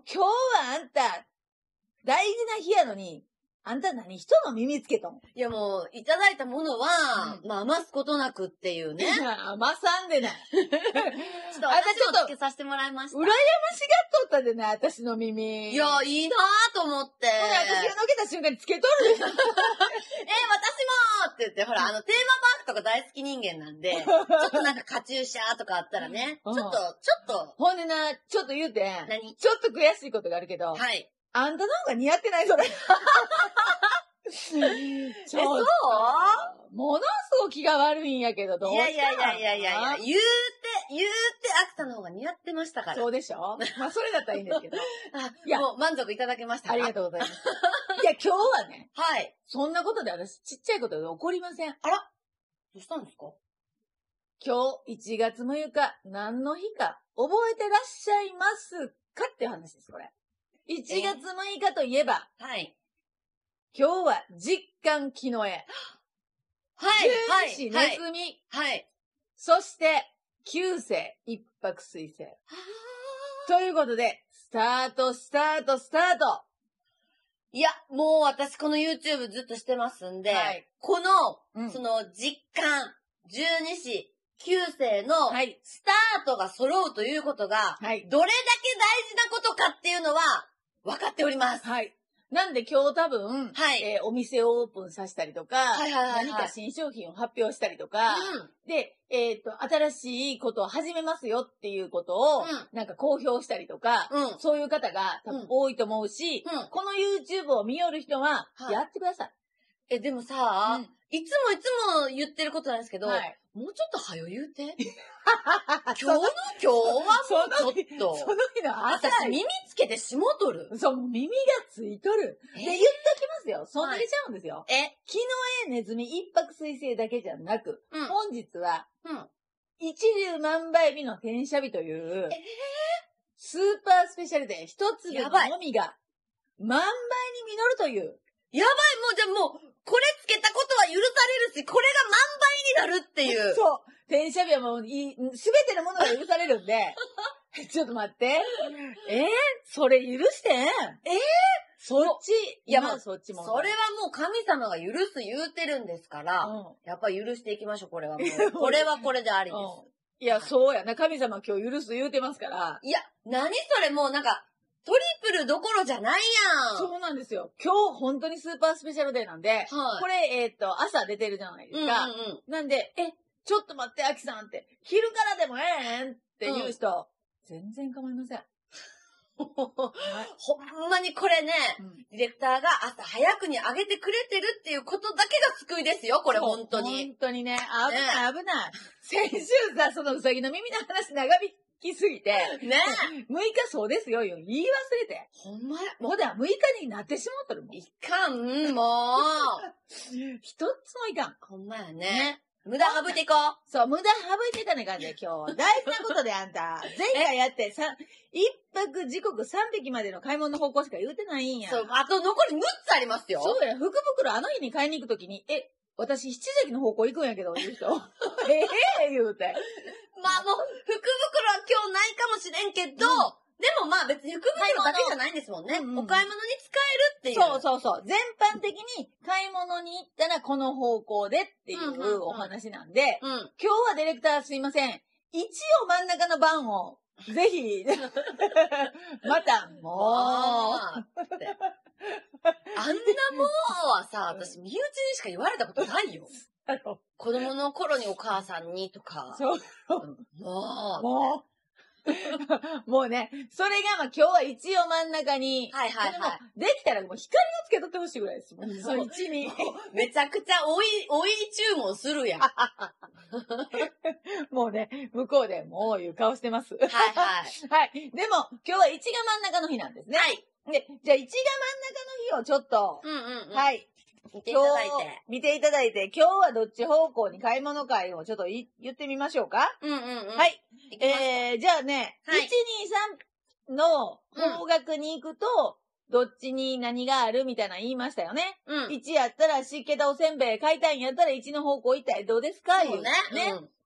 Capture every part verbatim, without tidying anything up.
今日はあんた、大事な日やのに、あんた何人の耳つけとん？ いやもう、いただいたものは、うん、まあ余すことなくっていうね。 余さんでない。 ちょっと私もつけさせてもらいました。 羨ましがっとったでね、私の耳。 いや、いいなぁと思って。 ほら、私がのけた瞬間につけとるでしょ。え、私もって言って、ほら、あの、テーマパークとか大好き人間なんで、ちょっとなんかカチューシャーとかあったらね、ちょっと、ちょっと。 ほんでな、ちょっと言うて、 何？ ちょっと悔しいことがあるけど、 はい。 あんたの方が似合ってない、それ。 え、そうものすごく気が悪いんやけど、どうしたいやいやいやいやいやいや、言うて、言うて、秋田の方が似合ってましたから。 そうでしょ？まあ、それだったらいいんですけど。 あ、いや、もう満足いただけましたか？ ありがとうございます。いや、今日はね、 はい。 そんなことで私、ちっちゃいことで怒りません。 あら？どうしたんですか？ 今日いちがつむいか、何の日か、覚えてらっしゃいますかっていう話です、これ。いちがつむいかといえば、 はい。 今日は実感木の絵。 はい。 十二支ネズミ。 はい。 そして、九星一泊水星。ということで、スタート、スタート、スタート。 いや、もう私この YouTube ずっとしてますんで、はい、この、うん、その実感、十二支、九星のスタートが揃うということが、はい、どれだけ大事なことかっていうのは分かっております。 はい。なんで今日多分、はい、えー、お店をオープンさせたりとか、はいはいはいはい、何か新商品を発表したりとか、うん、で、えっと、新しいことを始めますよっていうことを、うん、なんか公表したりとか、うん、そういう方が多分多いと思うし、うん、この YouTube を見よる人は、やってください。 え、でもさ、うん、いつもいつも言ってることなんですけど、はい、もうちょっと早言うて。今日の今日はもうちょっと。 その日の朝。 私耳つけてしもとる。 そう、耳がついとる。で、言っときますよ。そんだけちゃうんですよ。はい、え木の絵ネズミ一泊水星だけじゃなく、うん、本日は、うん、一粒万倍日の転写日という、えー、スーパースペシャルデー一粒のみが万倍に実るという。 やばい、もうじゃあもう、これつけたことは許されるし、これが万倍になるっていう。 そう。転写日はもうい、すべてのものが許されるんで。ちょっと待って。えー、それ許してん？えー、そっち。 いや、まあそっちも。それはもう神様が許す言うてるんですから、うん、やっぱり許していきましょう、これはもう。これはこれでありです。うん、 いや、そうやな。神様今日許す言うてますから。 いや、何それもうなんか、トリプルどころじゃないやん。 そうなんですよ。今日本当にスーパースペシャルデーなんで、はい、これ、えっと、朝出てるじゃないですか。うんうんうん、なんで、え、ちょっと待って、アキさんって、昼からでもええねんっていう人、うん、全然構いません。 ほんまにこれね、うん、ディレクターが朝早くに上げてくれてるっていうことだけが救いですよ、これ本当に。 本当にね、危ない危ない。先週さ、そのうさぎの耳の話長引きすぎて、ねむいかそうですよ、言い忘れて。 ほんまや。 もうだ、むいかになってしまっとるもん。 いかん、もう。一つもいかん。 ほんまやね。ね無駄省いていこう。 そう、無駄省いていかねえかんね、今日。大事なことであんた。前回やって、さ、一泊時刻さんびきまでの買い物の方向しか言うてないんや。 そう、あと残りむっつありますよ。 そうや、福袋あの日に買いに行くときに、え、私七関の方向行くんやけど、言う人。ええ言うて。 まあもう、福袋は今日ないかもしれんけど、うんでもまあ別に福袋だけじゃないんですもんね。うんうん、お買い物に使えるっていう。 そうそうそう。全般的に買い物に行ったらこの方向でっていうお話なんで、うんうんうん、今日はディレクターすいません。一応真ん中の番を、ぜひ、また、もう。あんなもうはさ、私身内にしか言われたことないよ。子供の頃にお母さんにとか。 そう。 もう。 もう。もうね、それがまあ今日は一応真ん中に、 はいはいはい。 できたらもう光をつけとってほしいぐらいですもん。その一に。 めちゃくちゃおい、おい注文するやん。 もうね、向こうでもういう顔してます。 はいはい。 はい。でも今日は一が真ん中の日なんですね。はい。で、じゃあ一が真ん中の日をちょっと、 うんうんうん、 はい。 見ていただいて。 見ていただいて、今日はどっち方向に買い物会をちょっとい言ってみましょうか。 うんうんうん。 はい。えー、じゃあね、はい、いち、に、さんの方角に行くと、うん、どっちに何があるみたいなの言いましたよね。うん。いちやったら湿気たおせんべい買いたいんやったらいちの方向行ったらどうですかそうね。 ね。 うん、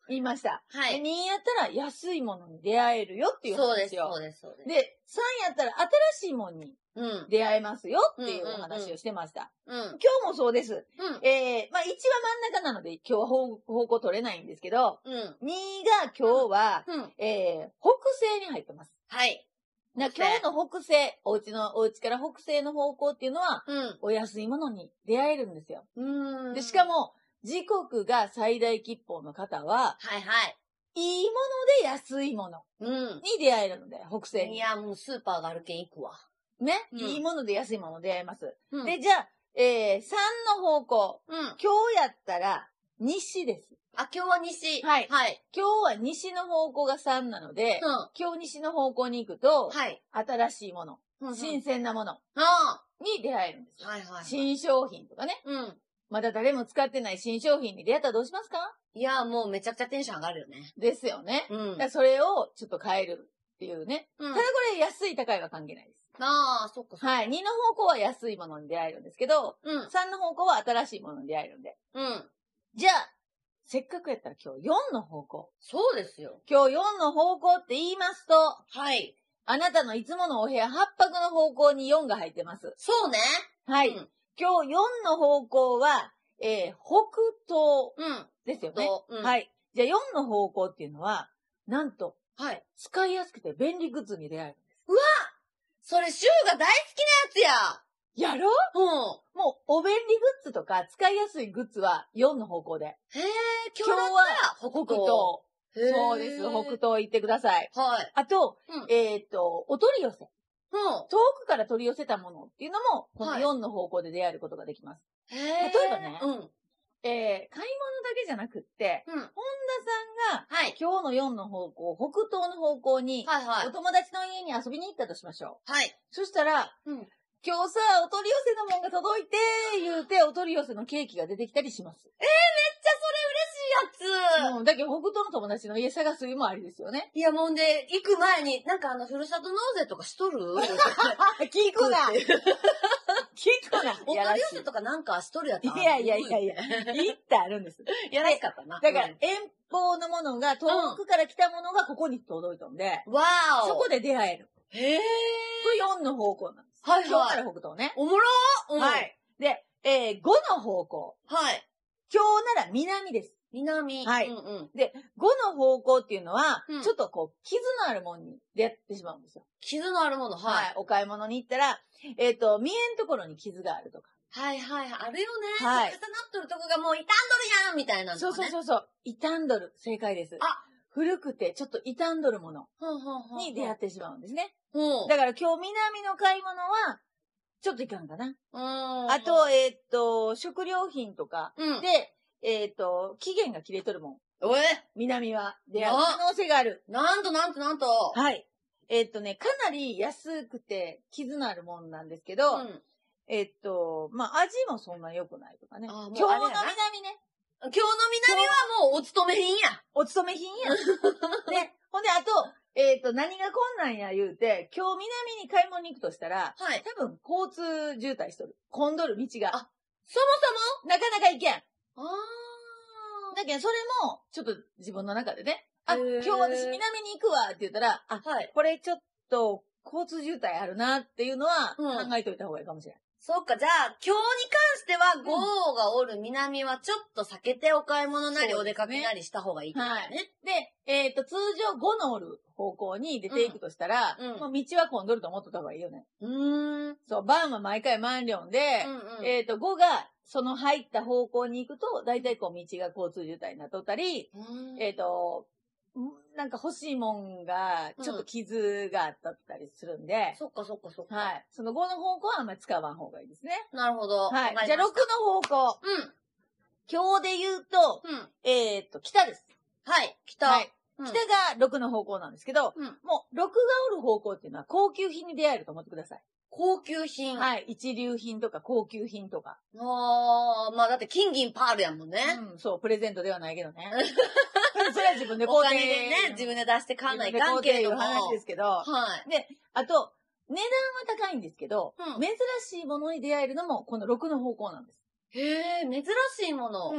言いました。はい。にやったら安いものに出会えるよっていう話を。そうです、そうです、そうです。で、さんやったら新しいものに出会えますよっていうお話をしてました。うん。今日もそうです。うん。えー、まあいちは真ん中なので今日は方向取れないんですけど、うん。にが今日は、うん、えー、北西に入ってます。はい。な今日の北西、お家の、お家から北西の方向っていうのは、うん、お安いものに出会えるんですよ。うん。で、しかも、時刻が最大吉報の方は、はいはい。いいもので安いものに出会えるので、北西に。いや、もうスーパーがあるけん行くわ。ね、うん、いいもので安いもの出会えます。うん、で、じゃあ、えー、さんの方向。うん、今日やったら、西です。あ、今日は西。はい。はい。今日は西の方向がさんなので、うん、今日西の方向に行くと、はい。新しいもの、うんうん、新鮮なものに出会えるんですよ。はいはい、はい。新商品とかね。うん。まだ誰も使ってない新商品に出会ったらどうしますか？いや、もうめちゃくちゃテンション上がるよね。ですよね。うん。だからそれをちょっと変えるっていうね。うん。ただこれ安い高いは関係ないです。ああ、そっかそっか。はい。にの方向は安いものに出会えるんですけど、うん。さんの方向は新しいものに出会えるんで。うん。じゃあ、せっかくやったら今日よんの方向。そうですよ。今日よんの方向って言いますと、はい。あなたのいつものお部屋はっぱくの方向によんが入ってます。そうね。はい。うん、今日よんの方向は、えー、北東。うん。ですよね。うん、はい。じゃあよんの方向っていうのは、なんと、はい。使いやすくて便利グッズに出会えるんです。うわ！それ、シューが大好きなやつや。やろ？うん。もう、お便利グッズとか使いやすいグッズはよんの方向で。へー、今日は北東。そうです。北東行ってください。はい。あと、うん、えっと、お取り寄せ。うん。遠くから取り寄せたものっていうのも、このよんの方向で出会えることができます。へー。例えばね、うん。えー、買い物だけじゃなくって、うん。本田さんが、はい。今日のよんの方向、北東の方向に、はいはい。お友達の家に遊びに行ったとしましょう。はい。そしたら、うん。今日さ、お取り寄せのもんが届いて、言うて、お取り寄せのケーキが出てきたりします。えー、めっちゃそれ嬉しいやつ。うん。だけど、北東の友達の家探すもありですよね。いや、もんで、行く前に、なんかあの、ふるさと納税とかしとる聞くな聞くなお取り寄せとかなんかしとるやつある？いやいやいやいや、いってあるんです。やらしかったな。だから、遠方のものが、遠くから来たものがここに届いたんで、わーお。そこで出会える。へー。これよんの方向なんです。はいはい。今日から北東ね。おもろー、うん、はい。で、えー、ごの方向。はい。今日なら南です。南。はい。うんうん。で、ごの方向っていうのは、うん、ちょっとこう、傷のあるものに出会ってしまうんですよ。傷のあるもの、はい。はい。お買い物に行ったら、えっと、見えんところに傷があるとか。はいはい、あるよね。はい。重なっとるとこがもう傷んどるやんみたいなの、ね。そうそうそうそう。傷んどる。正解です。あ、古くてちょっと傷んどるものに出会ってしまうんですね。うん。だから今日南の買い物は、ちょっといかんかな。うん。あと、えっと、食料品とかで、うん、えっと、期限が切れとるもん。え南は出会う可能性がある。なんとなんとなんと。はい。えっとね、かなり安くて傷のあるもんなんですけど、うん、えっと、まあ、味もそんな良くないとかね。今日の南ね。今日の南はもうお勤め品や。お勤め品や。ね。ほんで、あと、えっと、何が困難や言うて、今日南に買い物に行くとしたら、はい。多分交通渋滞しとる。混んどる道が。あ、そもそもなかなか行けん。あー。だけど、それも、ちょっと自分の中でね、あ、今日私南に行くわって言ったら、あ、はい。これちょっと交通渋滞あるなっていうのは考えといた方がいいかもしれない。そっか、じゃあ、今日に関しては、ゴーがおる南はちょっと避けてお買い物なりお出かけなりした方がいいってことね。はい。で、えっと、通常ゴのおる方向に出ていくとしたら、うん、もう道は混んどると思っとった方がいいよね。うーん。そう、バンは毎回満了で、うんうん、えっと、ゴがその入った方向に行くと、だいたいこう道が交通渋滞になっとったり、えっと、なんか欲しいもんが、ちょっと傷があったりするんで。うん、そっかそっかそっか。はい。そのごの方向はあんまり使わん方がいいですね。なるほど。はい。じゃあろくの方向。うん。今日で言うと、うん、えっと、北です。はい。北。はい。うん、北がろくの方向なんですけど、うん、もうろくがおる方向っていうのは高級品に出会えると思ってください。高級品。はい。一流品とか高級品とか。あー、まあだって金銀パールやもんね。うん、そう、プレゼントではないけどね。それは自分で買うて。お金でね、自分で出して買わないかんけれども。自分で買うていう話ですけど。はい。で、あと、値段は高いんですけど、うん、珍しいものに出会えるのもこのろくの方向なんです。へー、珍しいもの。うん。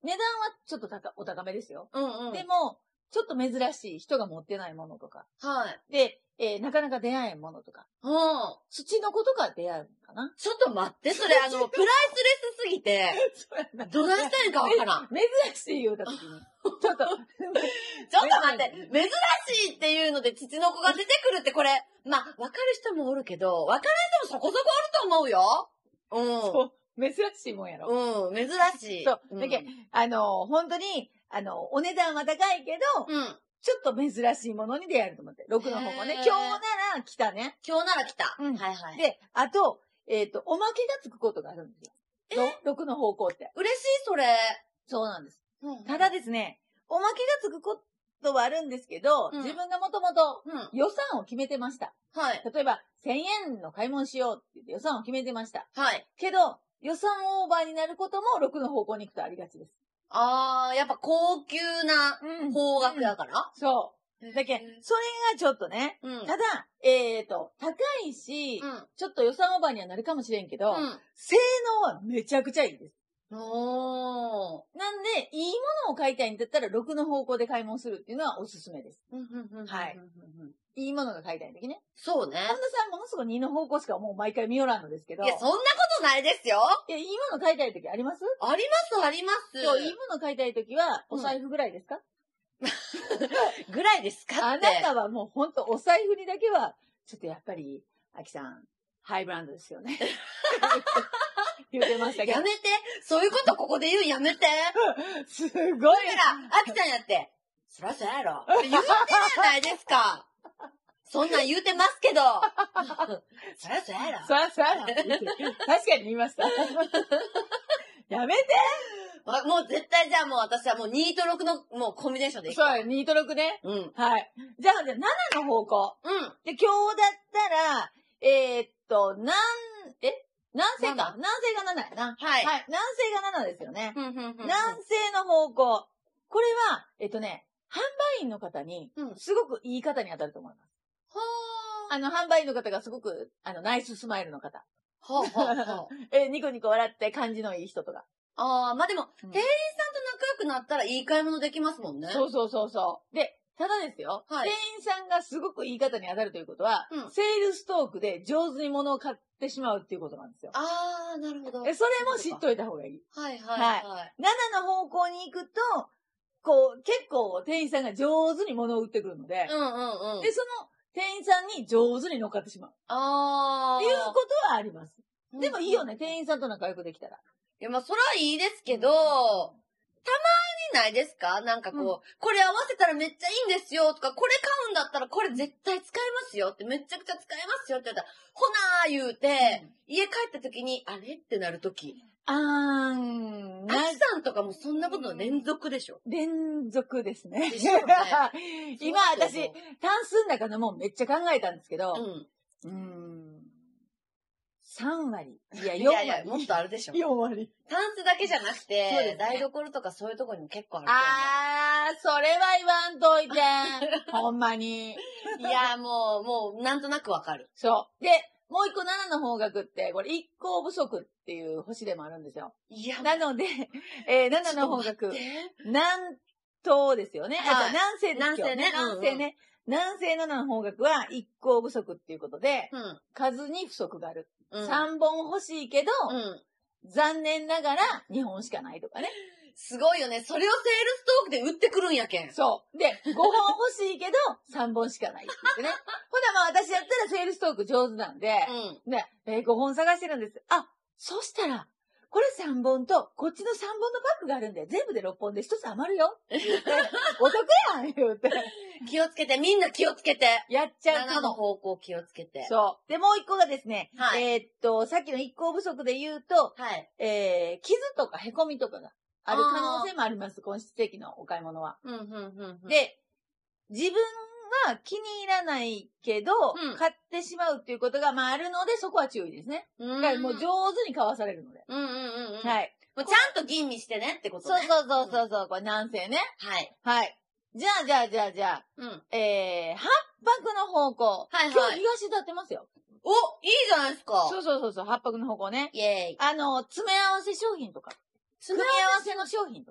値段はちょっと高、お高めですよ。 うんうん。 でも、ちょっと珍しい人が持ってないものとか。 はい。 で、えー、なかなか出会えんものとか。 うん。 土の子とか出会うかな。 ちょっと待って、それあの、プライスレスすぎて、どないしたらいいかわからん。 珍しい言うた時に。ちょっと、ちょっと待って、珍しいっていうので土の子が出てくるってこれ、まあ、わかる人もおるけど、わからない人もそこそこおると思うよ。うん。 そう。珍しいもんやろ。 うん、珍しい。 そう。だけ、あの、本当に、あの、お値段は高いけど、うん。ちょっと珍しいものに出会えると思って。ろくの方もね。今日なら来たね。 今日なら来た。 うん。 はいはい。 で、あと、えっと、おまけがつくことがあるんですよ。えろくの方向って。 嬉しい、それ。 そうなんです。うん、ただですね、おまけがつくことはあるんですけど、うん、自分がもともと予算を決めてました。はい。例えば、せんえんの買い物しようって言って予算を決めてました。はい。けど、予算オーバーになることもろくの方向に行くとありがちです。 あー、やっぱ高級な方角だから、うんうん、 そう。だけど、それがちょっとね、うん、ただ、えっと、高いし、うん、ちょっと予算オーバーにはなるかもしれんけど、うん、性能はめちゃくちゃいいです。おー。なんで、いいものを買いたいんだったら、ろくの方向で買い物するっていうのはおすすめです。はい。いいものが買いたい時ね。 そうね。 本田さんものすごいにの方向しかもう毎回見よらんのですけど。 いや、そんなことないですよ。 いや、いいもの買いたい時あります？ あります、あります。 そう、いいもの買いたい時は、お財布ぐらいですか？ うん、ぐらいですかって。 あなたはもうほんとお財布にだけは、ちょっとやっぱり、あきさん、ハイブランドですよね。言ってましたけど。 やめて。そういうことここで言うやめて。 すごい。だから、あきさんやって、そらそうやろ。って言ってるじゃないですか。そんなん言うてますけど。そらそうやろ。 そらそうやろ。確かに言いました。やめて。 もう絶対じゃあもう私はもうにとろくのもうコンビネーションでいく。 そうよ、にとろくね。うん。はい。じゃあ、じゃあななの方向。うん。で、今日だったら、えー、っと、なん、え南西か。南西がななやな。はい。はい。南西がななですよね。南西の方向。これは、えっとね、販売員の方に、すごくいい方に当たると思います。は、うん、あの、販売員の方がすごく、あの、ナイススマイルの方。はあはあ、え、ニコニコ笑って感じのいい人とか。 ああ、まあ、でも、うん、店員さんと仲良くなったらいい買い物できますもんね。 そうそうそうそう。で、ただですよ、はい、店員さんがすごくいい方に当たるということは、うん、セールストークで上手に物を買ってしまうっていうことなんですよ。 ああ、なるほど。 え、それも知っといた方がいい。 はいはいはい。はい、 ななの方向に行くと、こう、結構店員さんが上手に物を売ってくるので、うんうんうん。で、その店員さんに上手に乗っかってしまう。ああ。っていうことはあります。でもいいよね、うん、店員さんと仲良くできたら。 いや、まあ、それはいいですけど、たまにないですか？なんかこう、うん、これ合わせたらめっちゃいいんですよとか、これ買うんだったらこれ絶対使えますよって、めちゃくちゃ使えますよって言ったら、ほなー言うて、うん、家帰った時に、あれってなる時。あーん。あきさんとかもそんなことの連続でしょ？ 連続ですね。でしょうね。今私、単数の中のもんめっちゃ考えたんですけど、うん。うーん。さんわり。いや、よんわり。いやいや、 もっとあるでしょ。 よんわり。 タンスだけじゃなくて、ね、台所とかそういうとこにも結構ある。 あー、それは言わんといて。ほんまに。 いや、もう、もう、なんとなくわかる。 そう。で、もう一個ななの方角って、これ一項不足っていう星でもあるんですよ。いや。なので、えー、ななの方角。南東ですよね。はい、あ、じゃ南西ですよね。南西ね。南西ね。南西ななの方角は一項不足っていうことで、うん、数に不足がある。うん、さんぼん欲しいけど、うん、残念ながらにほんしかないとかね。 すごいよね。それをセールストークで売ってくるんやけん。 そう。で、ごほん欲しいけど、さんぼんしかないって言ってね。ほな、まあ私やったらセールストーク上手なんで、うん、で、えー、ごほん探してるんです。あ、そしたら、これさんぼんと、こっちのさんぼんのバッグがあるんで、全部でろっぽんでひとつ余るよ。って言って、お得やん言うて。 気をつけて、みんな気をつけて。 やっちゃうかも。 ななの方向気をつけて。 そう。で、もう一個がですね、はい、えー、っと、さっきの一項不足で言うと、はい、えー、傷とか凹みとかがある可能性もあります、今世紀のお買い物は。うんうんうんうん、で、自分が気に入らないけど、うん、買ってしまうっていうことが、まああるので、そこは注意ですね。だからもう上手に買わされるので。うんうんうんうん、はい。 もうちゃんと吟味してねってことね。 そうそうそうそう、うん、これ南西ね。はい。はい。じゃあじゃあじゃあじゃあ、うん、えー、八白の方向。はいはい。今日東立ってますよ。 お、いいじゃないですか。 そうそうそうそう、八白の方向ね。 イェーイ。 あの、詰め合わせ商品とか。詰め合わせの商品とか。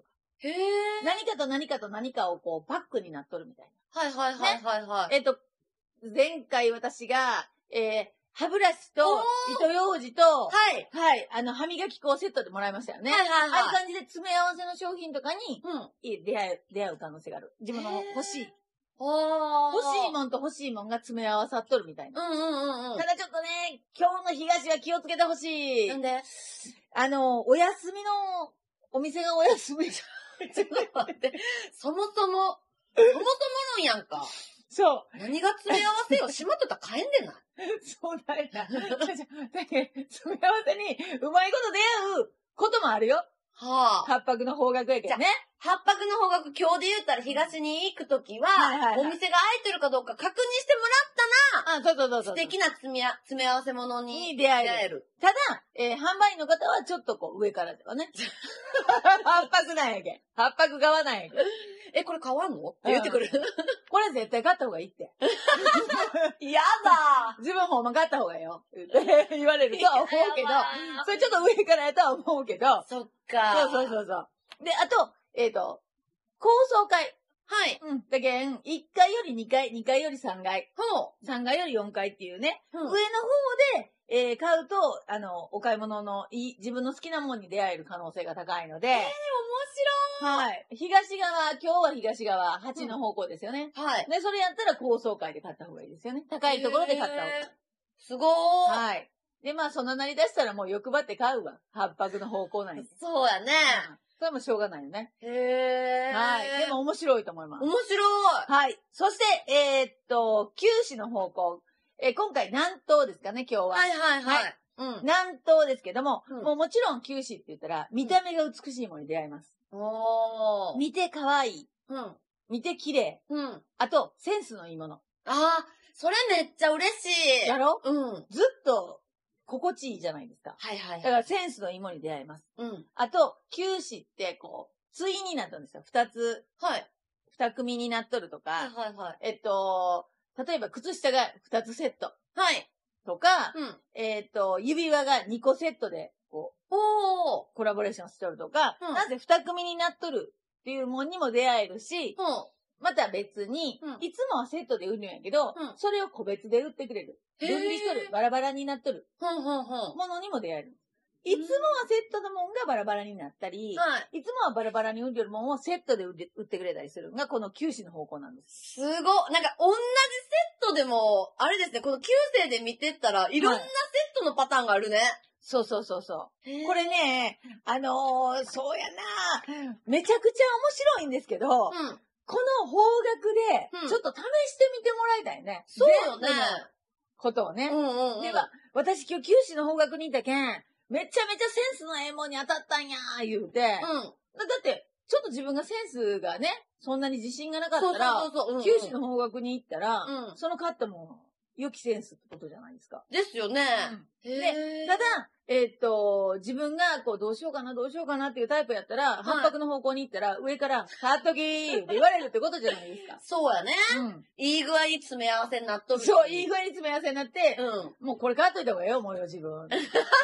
へえ。 何かと何かと何かをこう、パックになっとるみたいな。はいはいはいはいはい。 ね、えっと、前回私が、えー、歯ブラシと、糸ようじと、 はい。 はい。あの、歯磨き粉をセットでもらいましたよね。はいはいはい。ああいう感じで詰め合わせの商品とかに、うん。出会う、出会う可能性がある。自分の欲しい。欲しいもんと欲しいもんが詰め合わさっとるみたいな。うんうんうんうん。ただちょっとね、今日の東は気をつけてほしい。なんであの、お休みの、お店がお休みじゃん。ちょっと待って。 そもそも、そもそも論やんか。 そう。 何が詰め合わせよ。しまっとったら買えんでないそうだよな。だけ詰め合わせにうまいこと出会うこともあるよ。はあ。八白の方角やけどね。 八白の方角、今日で言ったら東に行くときは、はいはいはい、お店が開いてるかどうか確認してもらったら、あ、そうそうそうそう。素敵な詰め詰め合わせ物にに出会える。ただ、えー、販売員の方はちょっとこう上からではね。八白なんやけん。八白側なんやけん。 え、これ買わんのって言ってくる。うん、 これ絶対買った方がいいって。 やだ自分ほんま買った方がいいよ。って言われるとは思うけど、それちょっと上からやとは思うけど。 そっか。 そうそうそうそう。で、あと、えっ、ー、と、高層階。 はい。 うん。だけん、いっかいよりにかい、にかいよりさんがい。ほう。さんがいよりよんかいっていうね。うん、上の方で、えー、買うと、あの、お買い物のいい、自分の好きなものに出会える可能性が高いので。えー、面白い。 はい。東側、今日は東側、はちの方向ですよね。うん、はい。で、それやったら高層階で買った方がいいですよね。高いところで買った方がいい。 すごー。 はい。で、まあ、そんななりだしたらもう欲張って買うわ。八白の方向なんで。 そうやね。 うん、それもしょうがないよね。 へー。 はい。でも面白いと思います。 面白い。 はい。そして、えー、っと、九市の方向。えー、今回南東ですかね、今日は。 はいはいはい。はい、 うん、南東ですけども、うん、もうもちろん九市って言ったら、見た目が美しいものに出会います。うん、おー。見て可愛い。うん。見て綺麗。うん。あと、センスのいいもの。 ああ、それめっちゃ嬉しい。 やろ？うん。ずっと、心地いいじゃないですか。 はいはいはい。 だからセンスのいいものに出会います。うん。あと、九市ってこう、対になったんですよ。二つ。はい。二組になっとるとか。はいはいはい。えっと、例えば靴下が二つセット。はい。とか、うん。えっと、指輪が二個セットで、こう、おー。コラボレーションしとるとか、うん。なぜ二組になっとるっていうものにも出会えるし、うん。また別に、うん、いつもはセットで売るんやけど、うん、それを個別で売ってくれる。分離しとる。バラバラになっとる。ものにも出会える。いつもはセットのもんがバラバラになったり、はい、いつもはバラバラに売ってるもんをセットで売ってくれたりするのが、この九市の方向なんです。 すごい。なんか同じセットでも、あれですね、この九世で見てったら、いろんなセットのパターンがあるね。はい、 そうそうそうそう。これね、あのー、そうやなめちゃくちゃ面白いんですけど、うんこの方角で、ちょっと試してみてもらいたいね。 そうよね。 ことをね。うんうんうん。では、私今日九市の方角にいたけん、めちゃめちゃセンスのええもんに当たったんやー言うて。うん。だって、ちょっと自分がセンスがね、そんなに自信がなかったら、そうそうそうそう、うんうん、九市の方角に行ったら、うん、その買ったもん、良きセンスってことじゃないですか。 ですよね。 うん、で、ただ、えー、っと、自分が、こう、どうしようかな、どうしようかなっていうタイプやったら、はい、八白の方向に行ったら、上から、買っときーって言われるってことじゃないですか。 そうやね。うん。いい具合に詰め合わせになっとる。 そう、いい具合に詰め合わせになって、うん。もうこれ買っといた方がええよ、もうよ、自分。そんな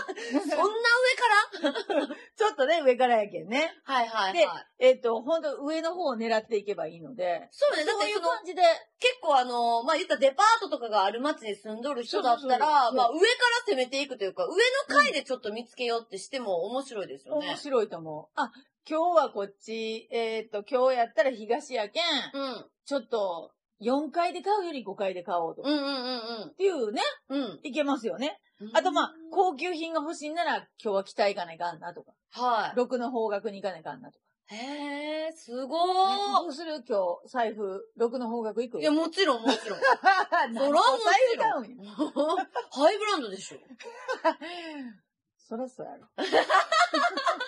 上からちょっとね、上からやけんね。 はいはいはい。 で、えー、っと、ほんと上の方を狙っていけばいいので。 そうね、だってそういう感じで。結構あの、まあ、言ったらデパートとかがある街に住んどる人だったら、まあ、上から攻めていくというか、上の階でちょっと見つけようってしても面白いですよね。 面白いと思う。あ、今日はこっち、えっと、今日やったら東やけん、うん。ちょっと、よんかいで買うよりごかいで買おうとか。うんうんうんうん。っていうね。うん。いけますよね。あとまあ、高級品が欲しいなら、今日は北行かないかんなとか。はい。ろくの方角に行かないかんなとか。 へー、すごー。 どうする今日、財布、ろくの方角行く？ いや、もちろん、もちろん。そらもちろん。財布買うんや。ハイブランドでしょ。 そろそろやろ。